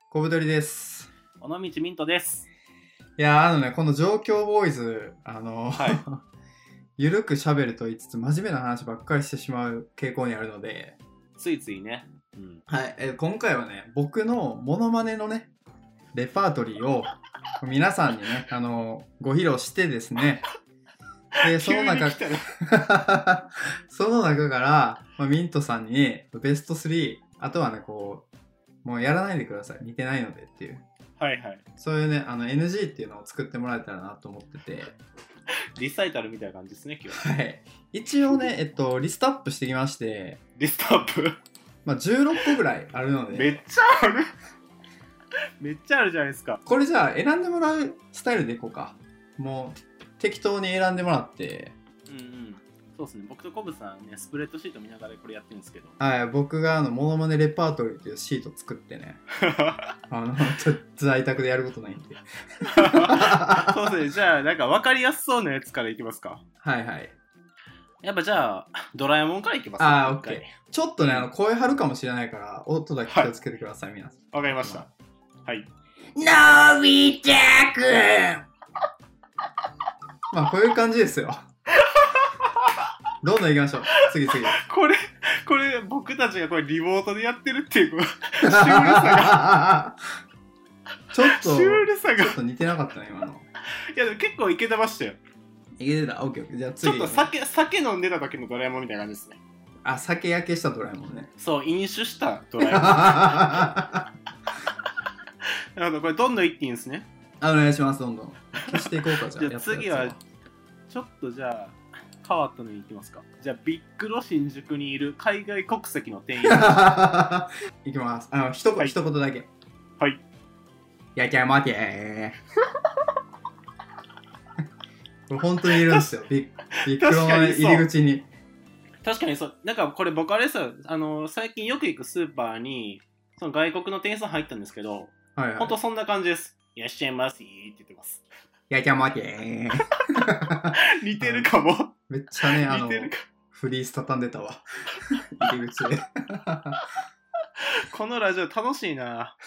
小太りです。 尾道ミントです。 いやこの状況ボーイズはい、 ゆるく喋ると言いつつ真面目な話ばっかりしてしまう傾向にあるので、 ついついね、 はい、今回はね、僕のモノマネのねレパートリーを皆さんにねご披露してですね、でその中その中から、ミントさんにベスト3、あとはねもうやらないでください、似てないのでっていう、 はいはい、 そういうねNG っていうのを作ってもらえたらなと思ってて、 リサイタルみたいな感じですね今日。 はい、一応ねリストアップしてきまして、 リストアップ 16個ぐらいあるので、 めっちゃあるめっちゃあるじゃないですか。 これじゃあ選んでもらうスタイルでいこうか。もう適当に選んでもらって、 そうですね、僕とコブさんね、スプレッドシート見ながらこれやってるんですけど、 はい、僕がモノマネレパートリーっていうシート作ってね在宅でやることないんでそうですね、じゃあなんか分かりやすそうなやつからいきますか。 はいはい。 やっぱじゃあドラえもんからいきます。 オッケー。ちょっとね声張るかもしれないから音だけ気をつけてください、皆さん。 わかりました。はい。 のび太くんこういう感じですよどんどん行きましょう。次これ僕たちがこれリモートでやってるっていうシュールさがちょっシュールさがちょっと似てなかったね今の。 いやでも結構いけてましたよ。 いけてた。オッケー。じゃあ次。 ちょっと酒飲んでた時のドラえもんみたいな感じですね。 酒焼けしたドラえもんね。 そう、飲酒したドラえもんなるほど、これどんどんいっていいんですね。 お願いします。どんどん消していこうか。 じゃあ次はちょっとじゃあ変わったのにいきますか。じゃあビッグロ新宿にいる海外国籍の店員いきます。一言だけ。 はい。 やきゃまてーこれ本当にいるんですよ。ビッグロの入り口に。 確かにそう。なんかこれ僕あれですよ、最近よく行くスーパーにその外国の店員さん入ったんですけど、 はいはい、 ほんとそんな感じです。いらっしゃいますって言ってます。 やきゃまてー似てるかも。 めっちゃね似てるか。 フリース畳んでたわ入り口でこのラジオ楽しいな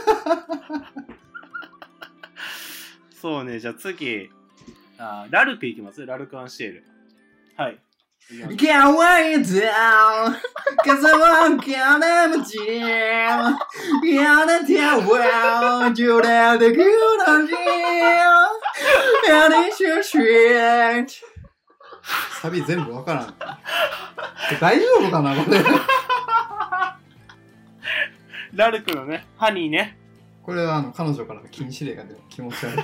そうね、じゃあ次ラルクいきます。ラルクアンシエル。はい。 Can't wait down, cause I won't get them jam. Gotta tell well, you let the good on jam. And it's your shit. サビ全部わからん。大丈夫かなこれ。 ラルクのね、ハニーね。 これは彼女からの禁止令が出る。気持ち悪い。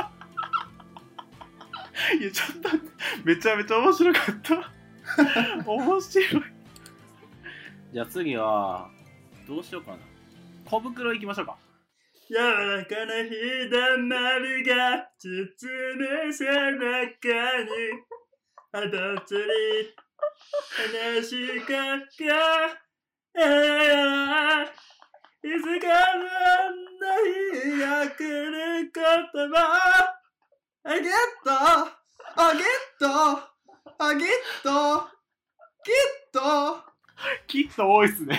いや、ちょっとめちゃめちゃ面白かった面白い。じゃあ次はどうしようかな。小袋いきましょうか。 柔らかな日だまりが包む背中に後つり話しかけいつかどんな日が来ることもあげっとあげっとあげっときっと多いっすね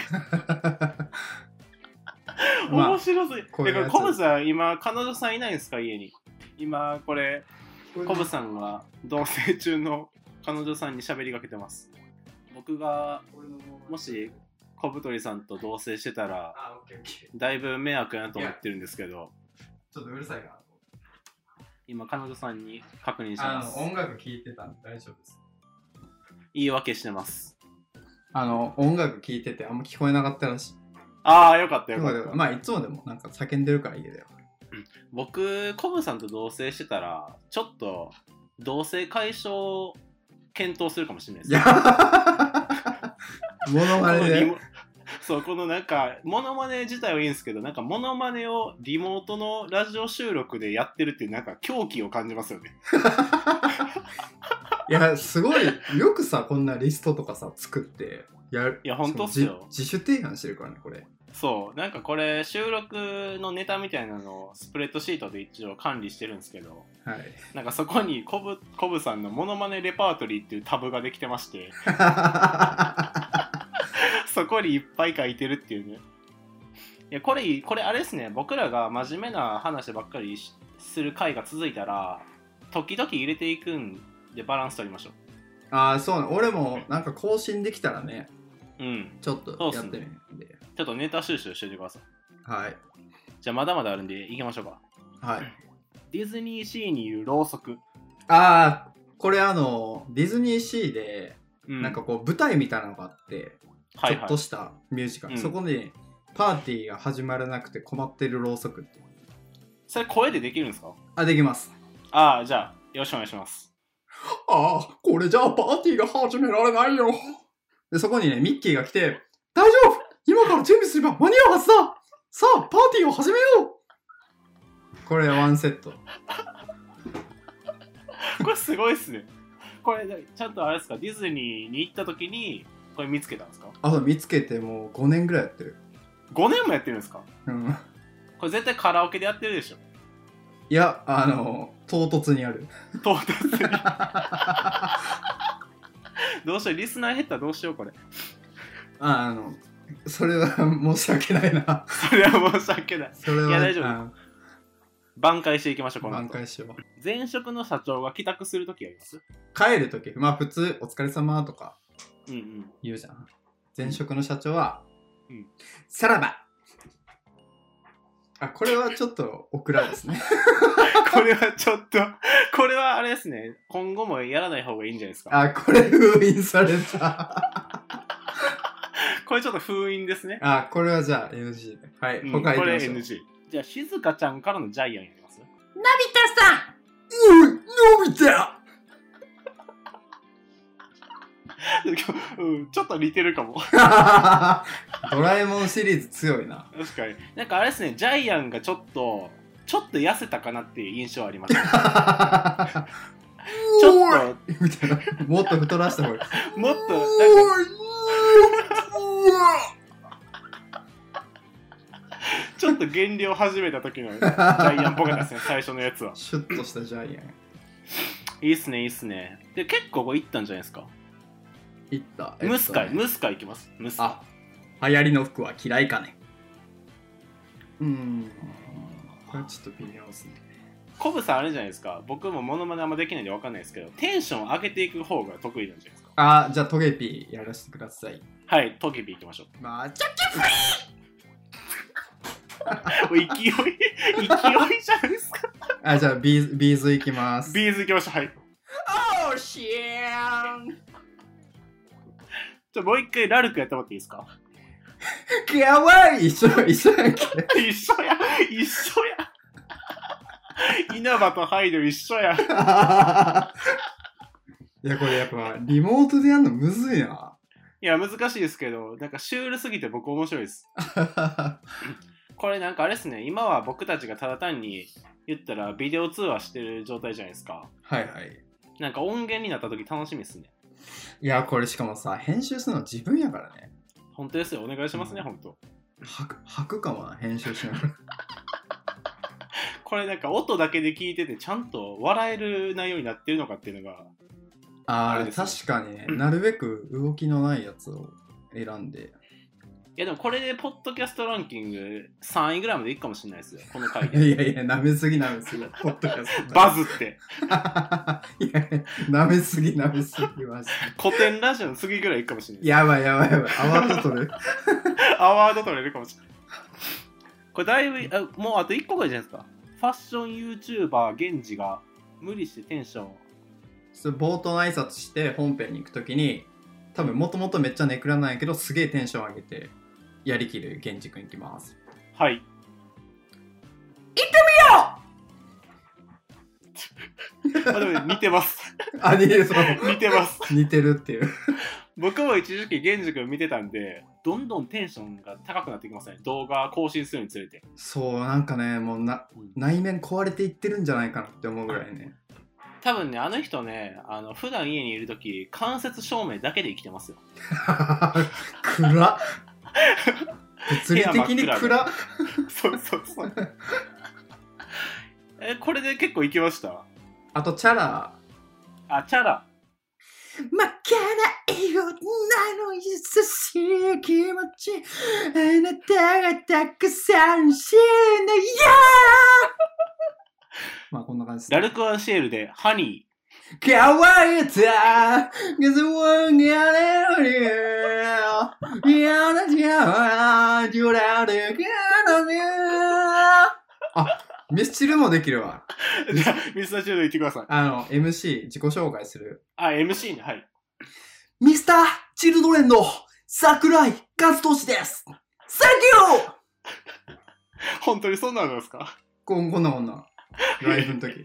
面白すぎる。これコブさん今彼女さんいないんですか、家に。今これコブさんが同棲中の彼女さんに喋りかけてます。僕がもし小太りさんと同棲してたらだいぶ迷惑やなと思ってるんですけど、 ちょっとうるさいかな。 今彼女さんに確認します。 音楽聴いてたんで大丈夫です。 言い訳してます。 音楽聴いててあんま聞こえなかったらしい。 ああ、よかったよかった。 いつもでもなんか叫んでるから家だよ。 僕コブさんと同棲してたらちょっと同棲解消検討するかもしれないです。 モノマネでそう、このなんかモノマネ自体はいいんですけど、なんかモノマネをリモートのラジオ収録でやってるっていうなんか狂気を感じますよねいやすごいよくさこんなリストとかさ作ってやる。 いや本当っすよ。 自主提案してるからねこれ。 そうなんかこれ収録のネタみたいなのをスプレッドシートで一応管理してるんですけど、 はい、 なんかそこにコブさんのモノマネレパートリーっていうタブができてましてそこにいっぱい書いてるっていうね。 やこれあれですね、僕らが真面目な話ばっかりする回が続いたら時々入れていくんでバランス取りましょう。 ああ、そうね。俺もなんか更新できたらね、 うん、 ちょっとやってみるんで。 ちょっとネタ収集しておいてください。 はい。 じゃあまだまだあるんでいきましょうか。 はい。 ディズニーシーにいるろうそく。 ああ、これディズニーシーで、 うん、 なんかこう舞台みたいなのがあって、 はいはい、 ちょっとしたミュージカル。 うん、 そこでパーティーが始まらなくて困ってるろうそくって。 それ声でできるんですか？ あ、できます。 ああ、じゃあよろしくお願いします。 ああ、これじゃあパーティーが始められないよ。で、そこにね、ミッキーが来て、大丈夫、今から準備すれば間に合うはずだ。さあ、パーティーを始めよう。これワンセット。 これすごいっすね。これちゃんとあれですか、ディズニーに行った時にこれ見つけたんですか？ あ、見つけてもう5年ぐらいやってる。 5年もやってるんですか？ うん。 これ絶対カラオケでやってるでしょ。 いや、唐突にある。 唐突に。どうしよう、リスナー減ったらどうしようこれ。 それは申し訳ないな。 それは申し訳ない。 それは。 いや大丈夫。挽回していきましょう、この後。 挽回しよう。 前職の社長が帰宅するときあります？ 帰るとき、まあ普通、お疲れ様とか言うじゃん。前職の社長は、 うん、 さらば。あ、これはちょっとオクラですね。 これはちょっと、これはあれですね、今後もやらない方がいいんじゃないですか。 あ、これ封印された。 これちょっと封印ですね。 あ、これはじゃあ NG で。はい、 他行きましょう。これ NG。じゃあ、静香ちゃんからのジャイアンやります？のび太さん、のび太うん、ちょっと似てるかも。 ドラえもんシリーズ強いな。 確かに。なんかあれですね、ジャイアンがちょっと痩せたかなっていう印象あります、ね。ちょっとみたいな、もっと太らした方がいい。 もっとちょっと減量始めた時のジャイアンっぽかったですね、最初のやつは。 シュッとしたジャイアン。 いいっすね、いいっすね。で、結構これいったんじゃないですか。 いった。 ムスカいきます。ムスカ。 あ、流行りの服は嫌いかね。これちょっと微妙ですね。 コブさんあれじゃないですか。僕もモノマネあんまできないんで分かんないですけど、テンション上げていく方が得意なんじゃないですか。 あ、じゃあトゲピーやらせてください。 はい、トゲピーいきましょう。 まあ、チョキフリー勢いじゃないですか。 あ、じゃあビーズいきます。 ビーズいきましょう。はい。 オーシャン。 もう一回ラルクやってもらっていいですか？ かわいい。一緒やんけ。 一緒や。稲葉とハイド一緒や。 いや、これやっぱリモートでやるのむずいな。 いや、難しいですけど、なんかシュールすぎて僕面白いです。これなんかあれですね、今は僕たちがただ単に言ったらビデオ通話してる状態じゃないですか。 はいはい。 なんか音源になった時楽しみですね。 いや、これしかもさ、編集するの自分やからね。 本当ですよ、お願いしますね、本当。 吐くかもな、編集しながら。 これなんか音だけで聞いててちゃんと笑える内容になってるのかっていうのがあれ、ね、確かにね、なるべく動きのないやつを選んで。 いやでもこれでポッドキャストランキング3位ぐらいまでいくかもしれないですよ、この回で。 いや、舐めすぎ、ポッドキャスト。 バズって。 いや、舐めすぎました。 古典ラジオの次ぐらいいくかもしれない。 やばい。アワード取る。 アワード取れるかもしれない。これだいぶ、もうあと1個ぐらいじゃないですか。ファッション YouTuber 源氏が無理してテンションを。 冒頭の挨拶して本編に行くときに、多分もともとめっちゃネクラなんやけど、すげえテンション上げてやりきる源氏くんいきます。 はい。 行ってみよう。 あ、でも似てます。 似てます。 似てるっていう。 僕も一時期源氏くん見てたんで、どんどんテンションが高くなってきますね、動画更新するにつれて。 そう、なんかね、もう内面壊れていってるんじゃないかなって思うぐらいね。 多分ね、あの人ね、普段家にいるとき間接照明だけで生きてますよ。 暗っ。物理的に暗っ。 そう。これで結構いきました？ あとチャラ。 あ、チャラ。 負ないようなの優しい気持ちあなたがたくさん知るのよまあこんな感じです、 ラルク・アンシエルでハニー。 乾いた水をがれるに嫌な時間は揺られるのにあ、ミスチルもできるわ。 じゃあミスターチルド言ってください。 MC 自己紹介する。 MC ね、はい。 ミスターチルドレンの桜井和俊です。サンキュー本当にそんなのですか？ こんな。ライブの時。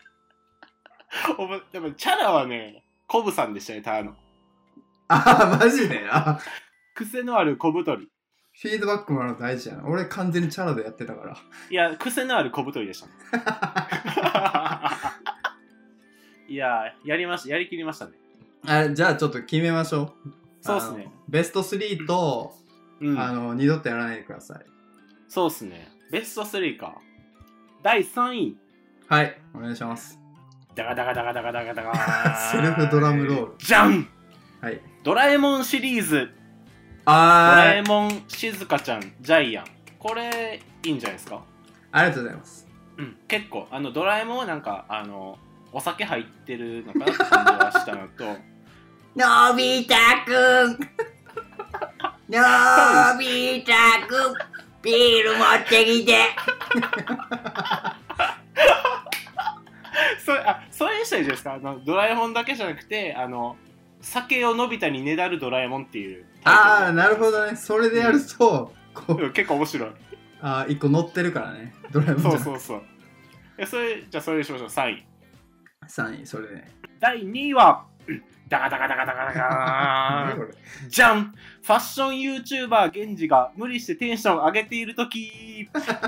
でもチャラはね、コブさんでしたね、ただの。 マジで癖のある小太り。 フィードバックもらうの大事やな。俺完全にチャラでやってたから。 いや、癖のある小太りでした。いや、やりきりましたね。 じゃあちょっと決めましょう。 そうっすね。 ベスト3と、二度とやらないでください。 そうっすね。ベスト3か。第3位。 はい、お願いします。 ダガダガダガダガダガダガセルフドラムロール。 じゃん、 はい、 ドラえもんシリーズ。ドラえもんしずかちゃんジャイアン。これいいんじゃないですか。 ありがとうございます。 結構ドラえもんはなんかお酒入ってるのかなって感じがしたのとのび太くんのび太くんビール持ってきてそれにしたらいいじゃないですか。ドラえもんだけじゃなくて酒をのび太にねだるドラえもんっていう。 なるほどね。それでやると、 結構面白い。 一個乗ってるからね、ドラえもん。 そうそれにしましょう。3位、 それね。 第2位はダカダカダカダカダカじゃん、ファッション YouTuber ゲンジが無理してテンション上げているとき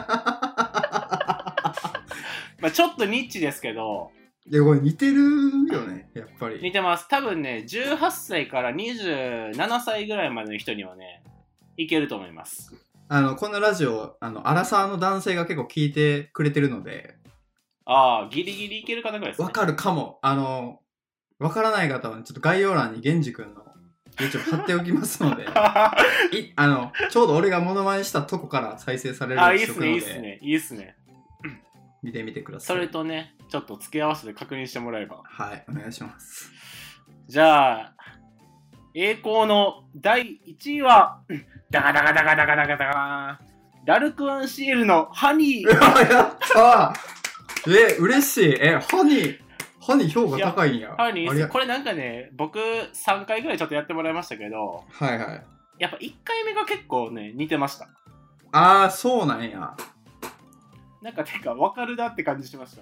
まあちょっとニッチですけど、 いやこれ似てるよね、やっぱり。 似てます。多分ね、18歳から27歳ぐらいまでの人にはね、いけると思います。 このラジオ、アラサーの男性が結構聞いてくれてるので、 ギリギリいける方ぐらいですね。 わかるかも。わからない方は、ね、ちょっと概要欄に源氏くんの YouTube 貼っておきますので、ちょうど俺がモノマネしたとこから再生されるようにしておくので、 いいっすね。 見てみてください。 それとね、ちょっと付け合わせて確認してもらえば。 はい、お願いします。 じゃあ、栄光の第1位は、ダガダガダガダガダガダガラルクアンシエルのハニー。 やったー嬉しい。ハニー評価高いんや。 ハニー、これなんかね、僕3回ぐらいちょっとやってもらいましたけど、 はいはい。 やっぱ1回目が結構ね、似てました。 そうなんや。 なんかてか分かるなって感じしました。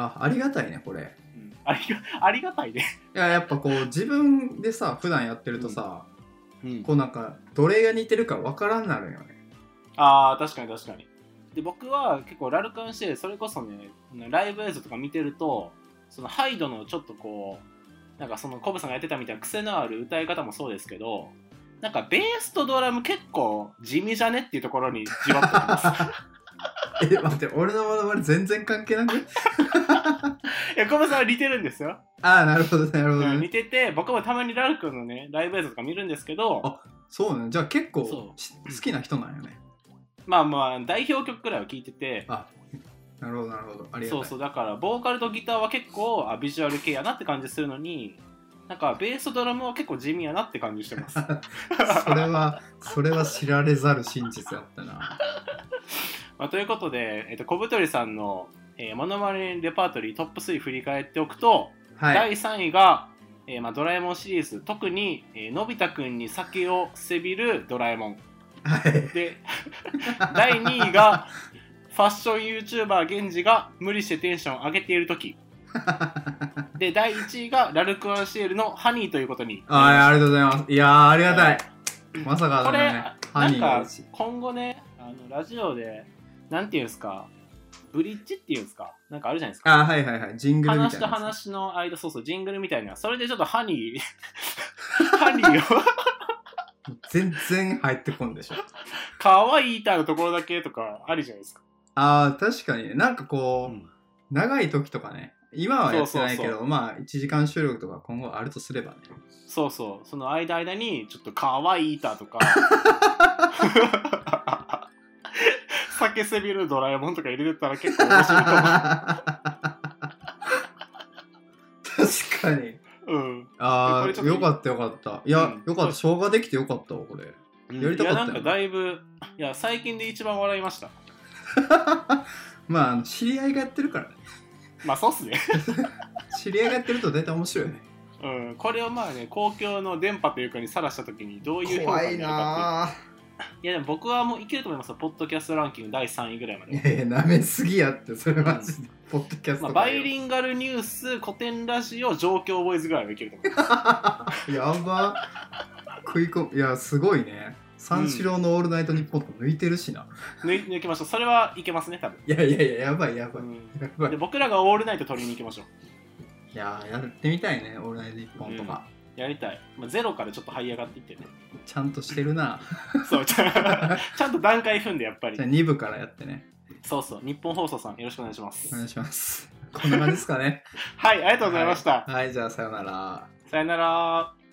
ありがたいねこれ、 ありがたいね。 いや、やっぱこう自分でさ普段やってるとさ、こうなんかどれが似てるか分からんなるよね。 確かに。で僕は結構ラルカンシエル、それこそね、ライブ映像とか見てると、そのハイドのちょっとこうなんかそのコブさんがやってたみたいな癖のある歌い方もそうですけど、なんかベースとドラム結構地味じゃねっていうところにじわっときます待って、俺のものまね全然関係なくいや、コブさんは似てるんですよ。 なるほどね。 似てて、僕もたまにラルクのねライブ映像とか見るんですけど。 そうね。じゃあ結構好きな人なんよね。 まあ代表曲くらいは聴いてて。 なるほど。ありがとう。 だからボーカルとギターは結構ビジュアル系やなって感じするのに、なんかベースとドラムは結構地味やなって感じしてますそれは知られざる真実やったなということで、小太りさんの、モノマネレパートリートップ3振り返っておくと、第3位が、ドラえもんシリーズ、特に、のび太くんに酒をせびるドラえもん、で第2位がファッション YouTuber ゲンジが無理してテンション上げている時で第1位がラルクアンシエルのハニーということに。 ありがとうございます。いやーありがたい。まさかこれなんか今後ね、ラジオでなんていうんですか、ブリッジっていうんですか、なんかあるじゃないですか。 はいジングルみたいな。 話と話の間、そうジングルみたいな、それでちょっとハニーを全然入ってこんでしょ。 かわいい歌のところだけとかあるじゃないですか。 確かにね。なんかこう、長い時とかね、 今はやってないけど、 そうそうまあ1時間収録とか今後あるとすればね。 そうそう、その間にちょっとかわいい歌とか酒せびるドラえもんとか入れてたら結構面白いと思確かに。 う。うん。 ああ、 これちょっとよかったよかった。いや、 うんよかった。生姜できてよかったわ、これ。やりたかったよいやなんかだいぶ、いや最近で一番笑いました。 まあ、知り合いがやってるからね。 まあそうっすね。 知り合いがやってると大体面白いよね。 うん、これをまあね、公共の電波というかにさらしたときにどういう評価になるかっていう。いやでも僕はもういけると思いますよ、ポッドキャストランキング第3位ぐらいまで。 いやいや、なめすぎやって、それマジで。ポッドキャストまあ、バイリンガルニュース、古典ラジオ、状況ボーイズぐらいはいけると思います。やば。食い込む。いや、すごいね。三四郎のオールナイトニッポンと抜いてるしな。 抜きましょう。それはいけますね、多分。 いやいやいや、やばいやばい。やばい。 で僕らがオールナイト取りに行きましょう。 いややってみたいね、オールナイトニッポンとか。 やりたい。まあ、ゼロからちょっと這い上がっていってね。 ちゃんとしてるな。 そう、ちゃんと段階踏んでやっぱり。 じゃあ2部からやってね。 そうそう、日本放送さんよろしくお願いします。 お願いします。こんな感じですかね。 はい、ありがとうございました。 はい、じゃあさよなら。 さよなら。